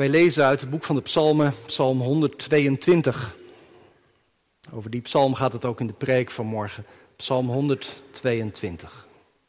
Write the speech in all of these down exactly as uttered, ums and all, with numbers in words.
Wij lezen uit het boek van de Psalmen, Psalm honderdtweeëntwintig. Over die psalm gaat het ook in de preek van morgen. Psalm honderdtweeëntwintig.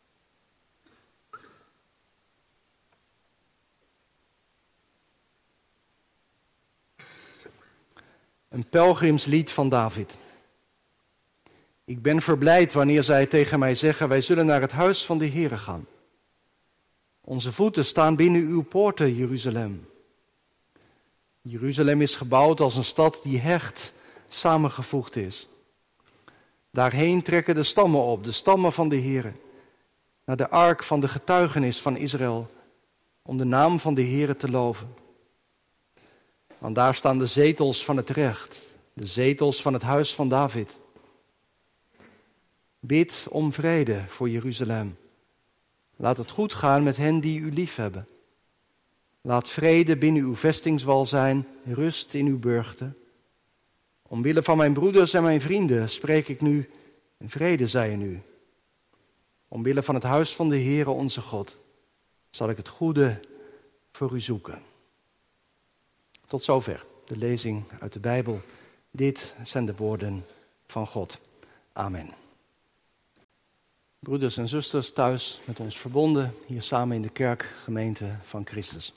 Een pelgrimslied van David. Ik ben verblijd wanneer zij tegen mij zeggen, wij zullen naar het huis van de Heere gaan. Onze voeten staan binnen uw poorten, Jeruzalem. Jeruzalem is gebouwd als een stad die hecht samengevoegd is. Daarheen trekken de stammen op, de stammen van de Heere, naar de ark van de getuigenis van Israël, om de naam van de Heere te loven. Want daar staan de zetels van het recht, de zetels van het huis van David. Bid om vrede voor Jeruzalem. Laat het goed gaan met hen die u liefhebben. Laat vrede binnen uw vestingswal zijn, rust in uw burchten. Omwille van mijn broeders en mijn vrienden spreek ik nu, en vrede zij in u. Omwille van het huis van de Heere onze God zal ik het goede voor u zoeken. Tot zover de lezing uit de Bijbel. Dit zijn de woorden van God. Amen. Broeders en zusters thuis met ons verbonden, hier samen in de kerk, gemeente van Christus.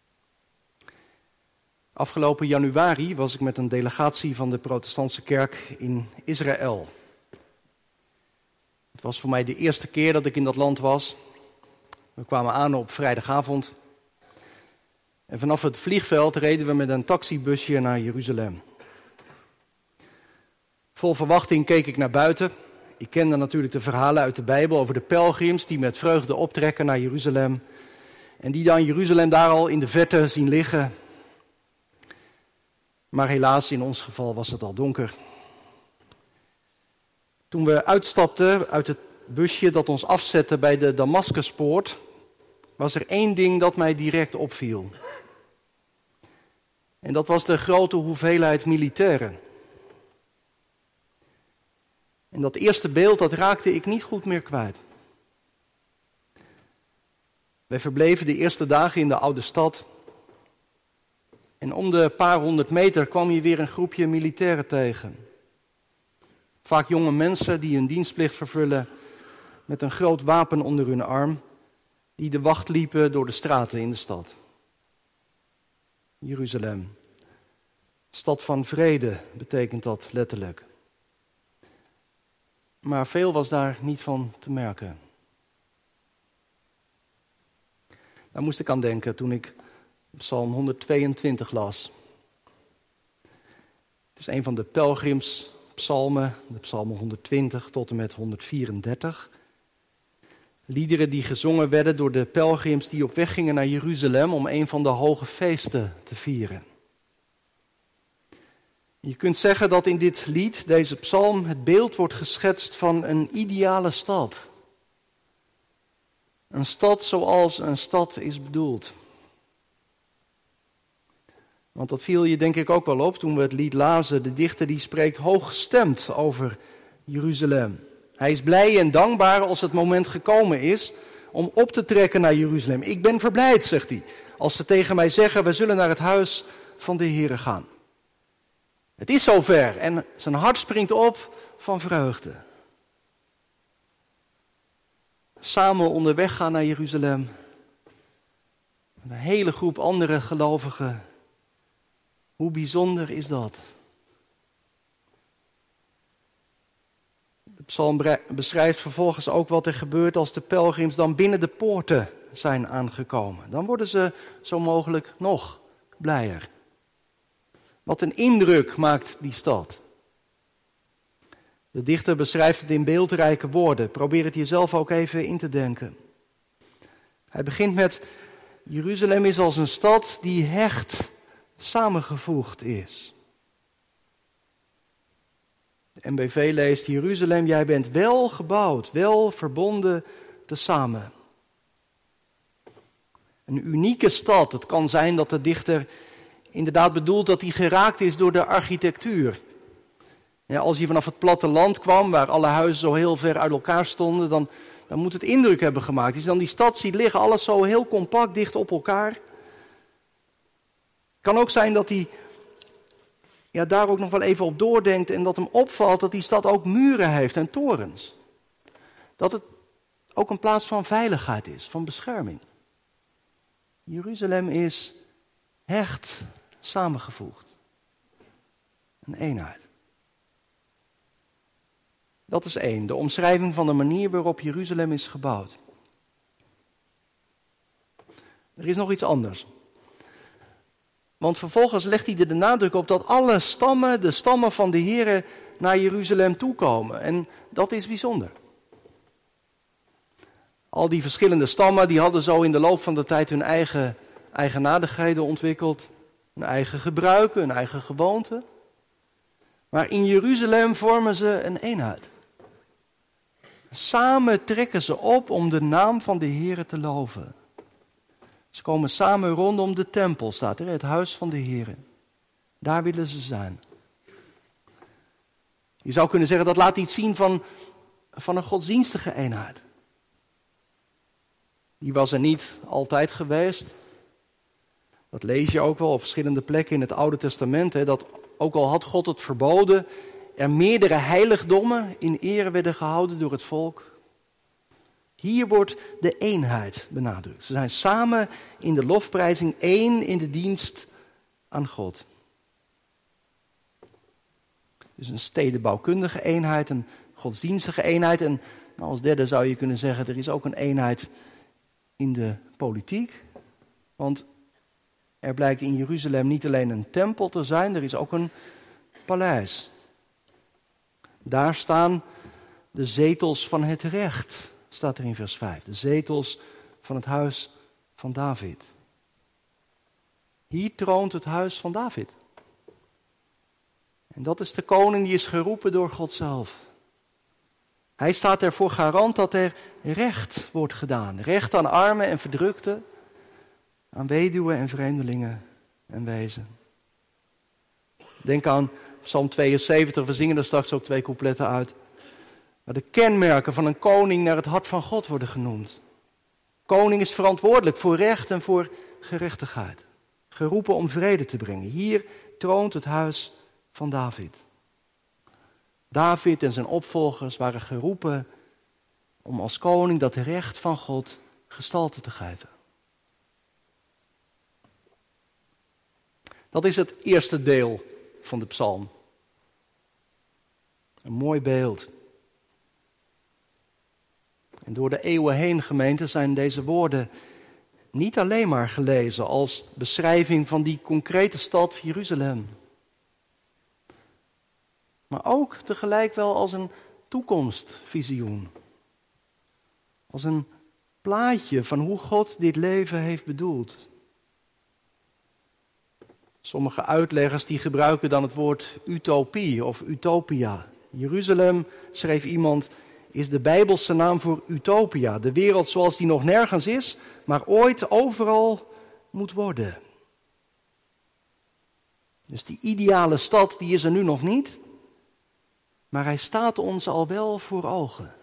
Afgelopen januari was ik met een delegatie van de protestantse kerk in Israël. Het was voor mij de eerste keer dat ik in dat land was. We kwamen aan op vrijdagavond. En vanaf het vliegveld reden we met een taxibusje naar Jeruzalem. Vol verwachting keek ik naar buiten. Ik kende natuurlijk de verhalen uit de Bijbel over de pelgrims die met vreugde optrekken naar Jeruzalem. En die dan Jeruzalem daar al in de verte zien liggen. Maar helaas, in ons geval was het al donker. Toen we uitstapten uit het busje dat ons afzette bij de Damascuspoort, was er één ding dat mij direct opviel. En dat was de grote hoeveelheid militairen. En dat eerste beeld, dat raakte ik niet goed meer kwijt. Wij verbleven de eerste dagen in de oude stad. En om de paar honderd meter kwam je weer een groepje militairen tegen. Vaak jonge mensen die hun dienstplicht vervullen met een groot wapen onder hun arm, die de wacht liepen door de straten in de stad. Jeruzalem. Stad van vrede betekent dat letterlijk. Maar veel was daar niet van te merken. Daar moest ik aan denken toen ik Psalm honderdtweeëntwintig las. Het is een van de pelgrimspsalmen, de psalmen honderdtwintig tot en met honderdvierendertig. Liederen die gezongen werden door de pelgrims die op weg gingen naar Jeruzalem om een van de hoge feesten te vieren. Je kunt zeggen dat in dit lied, deze psalm, het beeld wordt geschetst van een ideale stad. Een stad zoals een stad is bedoeld. Want dat viel je denk ik ook wel op toen we het lied lazen. De dichter die spreekt hooggestemd over Jeruzalem. Hij is blij en dankbaar als het moment gekomen is om op te trekken naar Jeruzalem. Ik ben verblijd, zegt hij, als ze tegen mij zeggen, we zullen naar het huis van de Heere gaan. Het is zover en zijn hart springt op van vreugde. Samen onderweg gaan naar Jeruzalem. Een hele groep andere gelovigen. Hoe bijzonder is dat? De psalm beschrijft vervolgens ook wat er gebeurt als de pelgrims dan binnen de poorten zijn aangekomen. Dan worden ze zo mogelijk nog blijer. Wat een indruk maakt die stad. De dichter beschrijft het in beeldrijke woorden. Probeer het jezelf ook even in te denken. Hij begint met: Jeruzalem is als een stad die hecht samengevoegd is. De N B V leest: Jeruzalem, jij bent wel gebouwd, wel verbonden tezamen. Een unieke stad. Het kan zijn dat de dichter inderdaad bedoelt dat hij geraakt is door de architectuur. Ja, als hij vanaf het platteland kwam, waar alle huizen zo heel ver uit elkaar stonden, dan, dan moet het indruk hebben gemaakt. Als je dan die stad ziet liggen, alles zo heel compact dicht op elkaar. kan ook zijn dat hij ja, daar ook nog wel even op doordenkt en dat hem opvalt dat die stad ook muren heeft en torens. Dat het ook een plaats van veiligheid is, van bescherming. Jeruzalem is hecht samengevoegd. Een eenheid. Dat is één, de omschrijving van de manier waarop Jeruzalem is gebouwd. Er is nog iets anders. Want vervolgens legt hij er de nadruk op dat alle stammen, de stammen van de Here, naar Jeruzalem toekomen. En dat is bijzonder. Al die verschillende stammen die hadden zo in de loop van de tijd hun eigen eigenaardigheden ontwikkeld. Hun eigen gebruiken, hun eigen gewoonten. Maar in Jeruzalem vormen ze een eenheid. Samen trekken ze op om de naam van de Here te loven. Ze komen samen rondom de tempel, staat er, het huis van de Here. Daar willen ze zijn. Je zou kunnen zeggen, dat laat iets zien van, van een godsdienstige eenheid. Die was er niet altijd geweest. Dat lees je ook wel op verschillende plekken in het Oude Testament. Hè, dat ook al had God het verboden, er meerdere heiligdommen in ere werden gehouden door het volk. Hier wordt de eenheid benadrukt. Ze zijn samen in de lofprijzing één in de dienst aan God. Dus een stedenbouwkundige eenheid, een godsdienstige eenheid. En nou, als derde zou je kunnen zeggen, er is ook een eenheid in de politiek. Want er blijkt in Jeruzalem niet alleen een tempel te zijn, er is ook een paleis. Daar staan de zetels van het recht, staat er in vers vijf. De zetels van het huis van David. Hier troont het huis van David. En dat is de koning die is geroepen door God zelf. Hij staat ervoor garant dat er recht wordt gedaan. Recht aan armen en verdrukten, aan weduwen en vreemdelingen en wezen. Denk aan Psalm tweeënzeventig, we zingen er straks ook twee coupletten uit. Waar de kenmerken van een koning naar het hart van God worden genoemd. Koning is verantwoordelijk voor recht en voor gerechtigheid. Geroepen om vrede te brengen. Hier troont het huis van David. David en zijn opvolgers waren geroepen om als koning dat recht van God gestalte te geven. Dat is het eerste deel van de psalm. Een mooi beeld. En door de eeuwen heen, gemeente, zijn deze woorden niet alleen maar gelezen als beschrijving van die concrete stad Jeruzalem. Maar ook tegelijk wel als een toekomstvisioen. Als een plaatje van hoe God dit leven heeft bedoeld. Sommige uitleggers die gebruiken dan het woord utopie of utopia. Jeruzalem, schreef iemand, is de Bijbelse naam voor utopia. De wereld zoals die nog nergens is, maar ooit overal moet worden. Dus die ideale stad, die is er nu nog niet. Maar hij staat ons al wel voor ogen.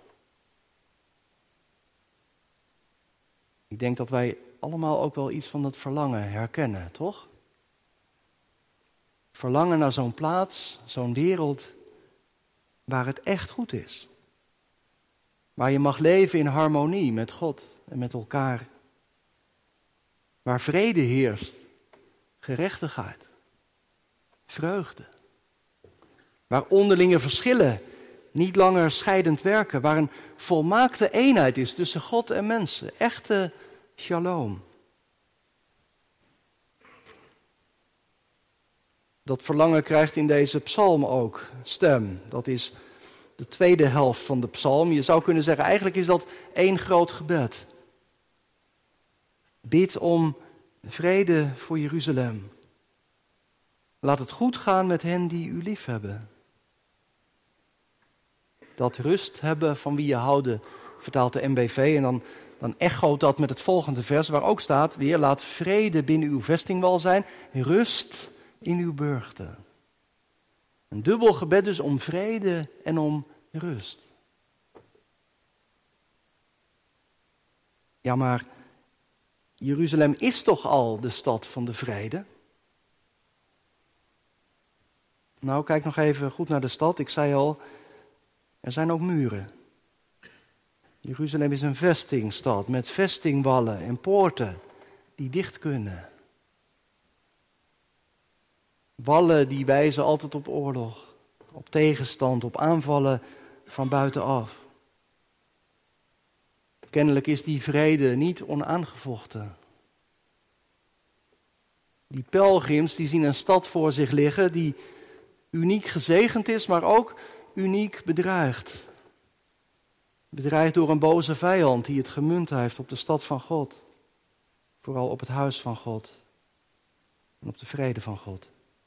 Ik denk dat wij allemaal ook wel iets van dat verlangen herkennen, toch? Verlangen naar zo'n plaats, zo'n wereld waar het echt goed is. Waar je mag leven in harmonie met God en met elkaar. Waar vrede heerst, gerechtigheid, vreugde. Waar onderlinge verschillen niet langer scheidend werken. Waar een volmaakte eenheid is tussen God en mensen. Echte shalom. Dat verlangen krijgt in deze psalm ook stem. Dat is de tweede helft van de psalm. Je zou kunnen zeggen, eigenlijk is dat één groot gebed. Bid om vrede voor Jeruzalem. Laat het goed gaan met hen die u lief hebben. Dat rust hebben van wie je houden, vertaalt de M B V. En dan, dan echoot dat met het volgende vers, waar ook staat weer, laat vrede binnen uw vestingwal zijn, rust in uw burchten. Een dubbel gebed dus om vrede en om rust. Ja, maar Jeruzalem is toch al de stad van de vrede? Nou, kijk nog even goed naar de stad. Ik zei al, er zijn ook muren. Jeruzalem is een vestingstad met vestingwallen en poorten die dicht kunnen. Wallen die wijzen altijd op oorlog, op tegenstand, op aanvallen van buitenaf. Kennelijk is die vrede niet onaangevochten. Die pelgrims die zien een stad voor zich liggen die uniek gezegend is, maar ook uniek bedreigd. Bedreigd door een boze vijand die het gemunt heeft op de stad van God. Vooral op het huis van God en op de vrede van God.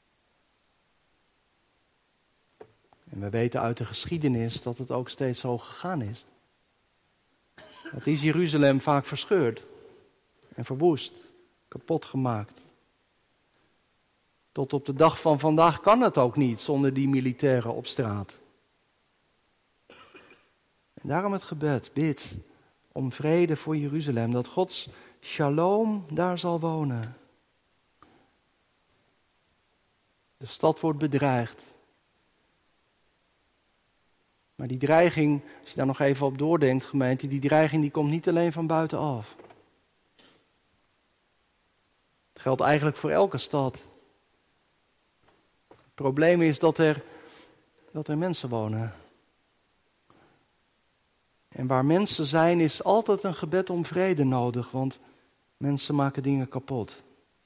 En we weten uit de geschiedenis dat het ook steeds zo gegaan is. Dat is Jeruzalem vaak verscheurd en verwoest, kapot gemaakt. Tot op de dag van vandaag kan het ook niet zonder die militairen op straat. En daarom het gebed, bid om vrede voor Jeruzalem, dat Gods shalom daar zal wonen. De stad wordt bedreigd. Maar die dreiging, als je daar nog even op doordenkt, gemeente, die dreiging die komt niet alleen van buitenaf. Het geldt eigenlijk voor elke stad. Het probleem is dat er, dat er mensen wonen. En waar mensen zijn is altijd een gebed om vrede nodig, want mensen maken dingen kapot.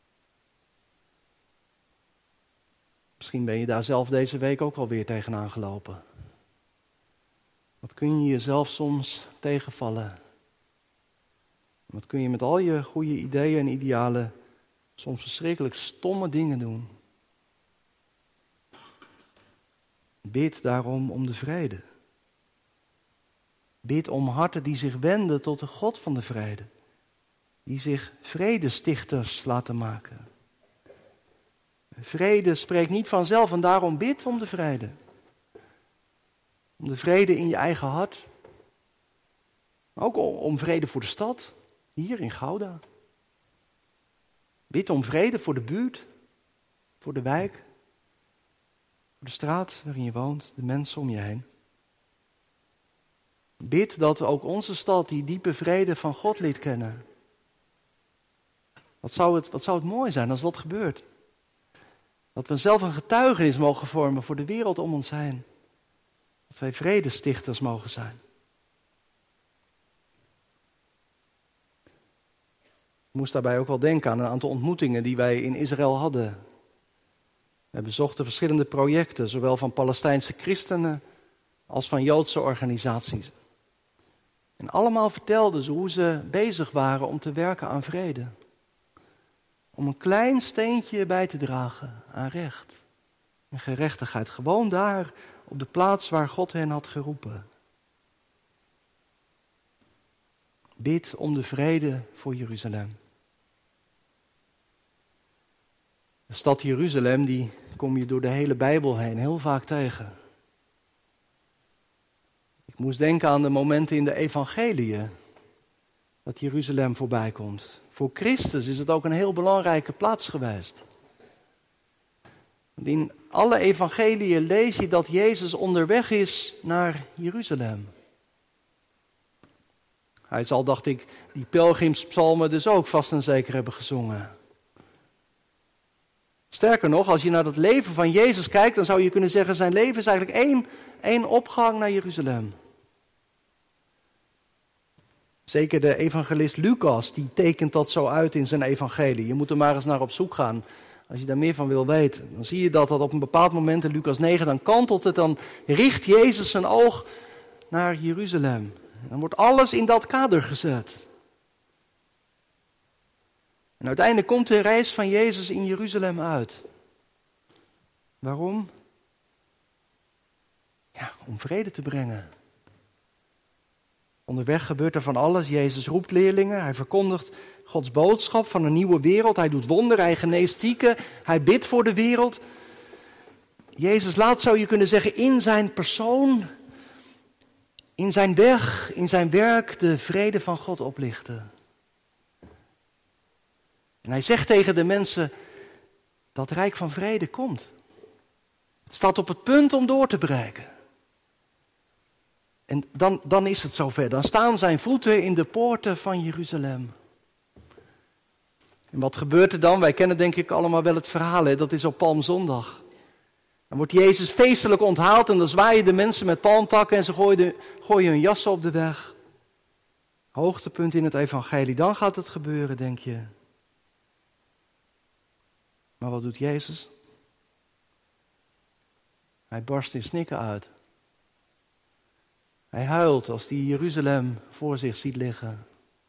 Misschien ben je daar zelf deze week ook alweer tegenaan gelopen. Wat kun je jezelf soms tegenvallen? Wat kun je met al je goede ideeën en idealen soms verschrikkelijk stomme dingen doen? Bid daarom om de vrede. Bid om harten die zich wenden tot de God van de vrede. Die zich vredestichters laten maken. Vrede spreekt niet vanzelf en daarom bid om de vrede. Om de vrede in je eigen hart. Maar ook om vrede voor de stad, hier in Gouda. Bid om vrede voor de buurt, voor de wijk, voor de straat waarin je woont, de mensen om je heen. Bid dat ook onze stad die diepe vrede van God leert kennen. Wat zou het, wat zou het mooi zijn als dat gebeurt? Dat we zelf een getuigenis mogen vormen voor de wereld om ons heen. Dat wij vredestichters mogen zijn. Ik moest daarbij ook wel denken aan een aantal ontmoetingen die wij in Israël hadden. We bezochten verschillende projecten, zowel van Palestijnse christenen als van Joodse organisaties. En allemaal vertelden ze hoe ze bezig waren om te werken aan vrede. Om een klein steentje bij te dragen aan recht en gerechtigheid. Gewoon daar op de plaats waar God hen had geroepen. Bid om de vrede voor Jeruzalem. De stad Jeruzalem, die kom je door de hele Bijbel heen heel vaak tegen. Ik moest denken aan de momenten in de evangeliën dat Jeruzalem voorbij komt. Voor Christus is het ook een heel belangrijke plaats geweest. In alle evangeliën lees je dat Jezus onderweg is naar Jeruzalem. Hij zal, dacht ik, die pelgrimspsalmen dus ook vast en zeker hebben gezongen. Sterker nog, als je naar het leven van Jezus kijkt, dan zou je kunnen zeggen, zijn leven is eigenlijk één, één opgang naar Jeruzalem. Zeker de evangelist Lucas, die tekent dat zo uit in zijn evangelie. Je moet er maar eens naar op zoek gaan. Als je daar meer van wil weten, dan zie je dat dat op een bepaald moment in Lucas negen, dan kantelt het, dan richt Jezus zijn oog naar Jeruzalem. Dan wordt alles in dat kader gezet. En uiteindelijk komt de reis van Jezus in Jeruzalem uit. Waarom? Ja, om vrede te brengen. Onderweg gebeurt er van alles. Jezus roept leerlingen, hij verkondigt Gods boodschap van een nieuwe wereld. Hij doet wonderen, hij geneest zieken, hij bidt voor de wereld. Jezus laat, zou je kunnen zeggen, in zijn persoon, in zijn weg, in zijn werk de vrede van God oplichten. En hij zegt tegen de mensen dat rijk van vrede komt. Het staat op het punt om door te breken. En dan, dan is het zover. Dan staan zijn voeten in de poorten van Jeruzalem. En wat gebeurt er dan? Wij kennen denk ik allemaal wel het verhaal. Hè? Dat is op Palmzondag. Dan wordt Jezus feestelijk onthaald en dan zwaaien de mensen met palmtakken en ze gooien, de, gooien hun jassen op de weg. Hoogtepunt in het evangelie. Dan gaat het gebeuren, denk je. Maar wat doet Jezus? Hij barst in snikken uit. Hij huilt als hij Jeruzalem voor zich ziet liggen.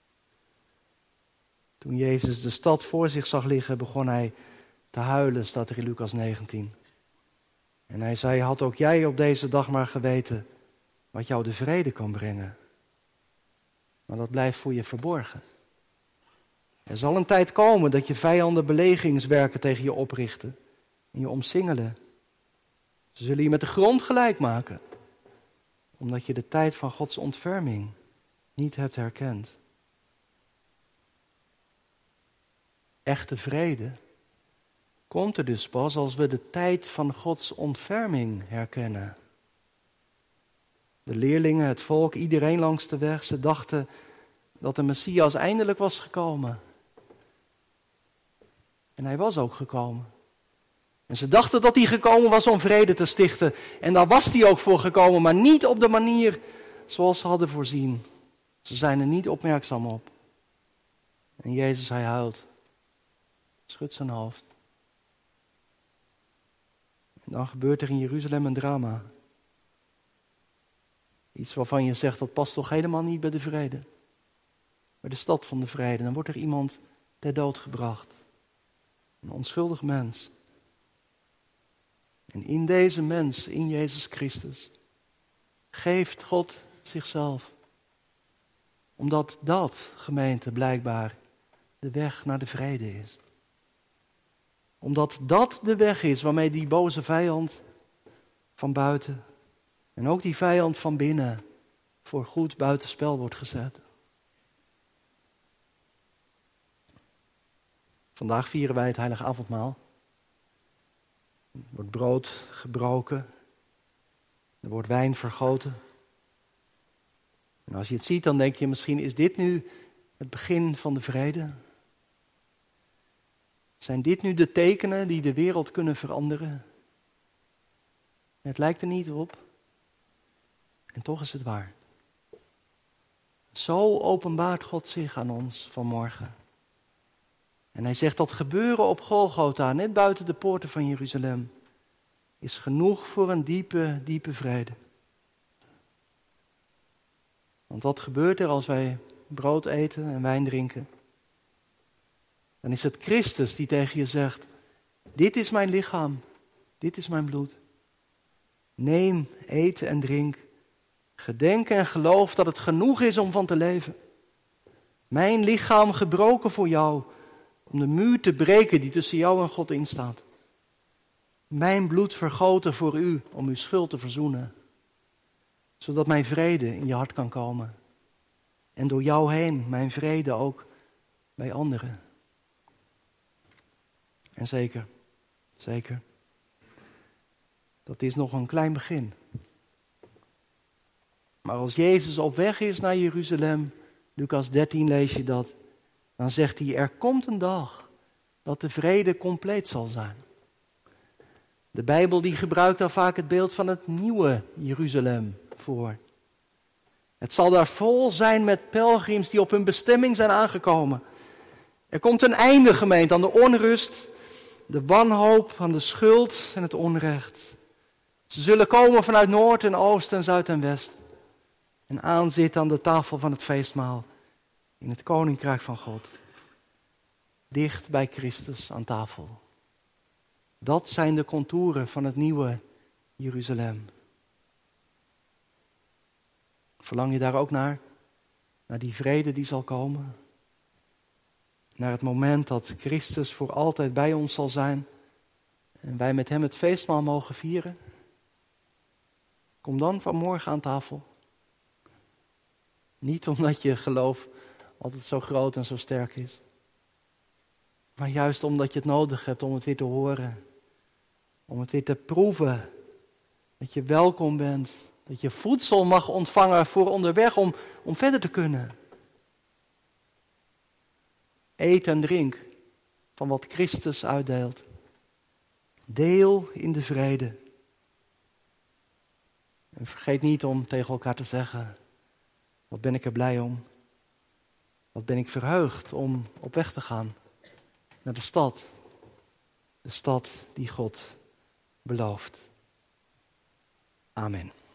Toen Jezus de stad voor zich zag liggen, begon hij te huilen, staat er in Lucas negentien. En hij zei, had ook jij op deze dag maar geweten wat jou de vrede kan brengen. Maar dat blijft voor je verborgen. Er zal een tijd komen dat je vijanden belegingswerken tegen je oprichten en je omsingelen. Ze zullen je met de grond gelijk maken, omdat je de tijd van Gods ontferming niet hebt herkend. Echte vrede komt er dus pas als we de tijd van Gods ontferming herkennen. De leerlingen, het volk, iedereen langs de weg, ze dachten dat de Messias eindelijk was gekomen. En hij was ook gekomen. En ze dachten dat hij gekomen was om vrede te stichten. En daar was hij ook voor gekomen, maar niet op de manier zoals ze hadden voorzien. Ze zijn er niet opmerkzaam op. En Jezus, hij huilt. Schudt zijn hoofd. En dan gebeurt er in Jeruzalem een drama. Iets waarvan je zegt, dat past toch helemaal niet bij de vrede. Bij de stad van de vrede. Dan wordt er iemand ter dood gebracht. Een onschuldig mens. En in deze mens, in Jezus Christus, geeft God zichzelf. Omdat dat, gemeente, blijkbaar de weg naar de vrede is. Omdat dat de weg is waarmee die boze vijand van buiten en ook die vijand van binnen voor goed buitenspel wordt gezet. Vandaag vieren wij het heilige avondmaal. Er wordt brood gebroken. Er wordt wijn vergoten. En als je het ziet, dan denk je misschien, is dit nu het begin van de vrede? Zijn dit nu de tekenen die de wereld kunnen veranderen? Het lijkt er niet op. En toch is het waar. Zo openbaart God zich aan ons vanmorgen. En hij zegt dat gebeuren op Golgotha, net buiten de poorten van Jeruzalem, is genoeg voor een diepe, diepe vrede. Want wat gebeurt er als wij brood eten en wijn drinken? Dan is het Christus die tegen je zegt, dit is mijn lichaam, dit is mijn bloed. Neem, eet en drink. Gedenk en geloof dat het genoeg is om van te leven. Mijn lichaam gebroken voor jou, om de muur te breken die tussen jou en God instaat. Mijn bloed vergoten voor u, om uw schuld te verzoenen. Zodat mijn vrede in je hart kan komen. En door jou heen mijn vrede ook bij anderen. En zeker, zeker, dat is nog een klein begin. Maar als Jezus op weg is naar Jeruzalem, Lucas dertien lees je dat, dan zegt hij, er komt een dag dat de vrede compleet zal zijn. De Bijbel die gebruikt daar vaak het beeld van het nieuwe Jeruzalem voor. Het zal daar vol zijn met pelgrims die op hun bestemming zijn aangekomen. Er komt een einde, gemeente, aan de onrust, de wanhoop, aan de schuld en het onrecht. Ze zullen komen vanuit Noord en Oost en Zuid en West. En aanzitten aan de tafel van het feestmaal in het Koninkrijk van God. Dicht bij Christus aan tafel. Dat zijn de contouren van het nieuwe Jeruzalem. Verlang je daar ook naar? Naar die vrede die zal komen? Naar het moment dat Christus voor altijd bij ons zal zijn en wij met hem het feestmaal mogen vieren? Kom dan vanmorgen aan tafel. Niet omdat je geloof altijd zo groot en zo sterk is. Maar juist omdat je het nodig hebt om het weer te horen. Om het weer te proeven. Dat je welkom bent. Dat je voedsel mag ontvangen voor onderweg om, om verder te kunnen. Eet en drink van wat Christus uitdeelt. Deel in de vrede. En vergeet niet om tegen elkaar te zeggen: wat ben ik er blij om. Wat ben ik verheugd om op weg te gaan naar de stad. De stad die God belooft. Amen.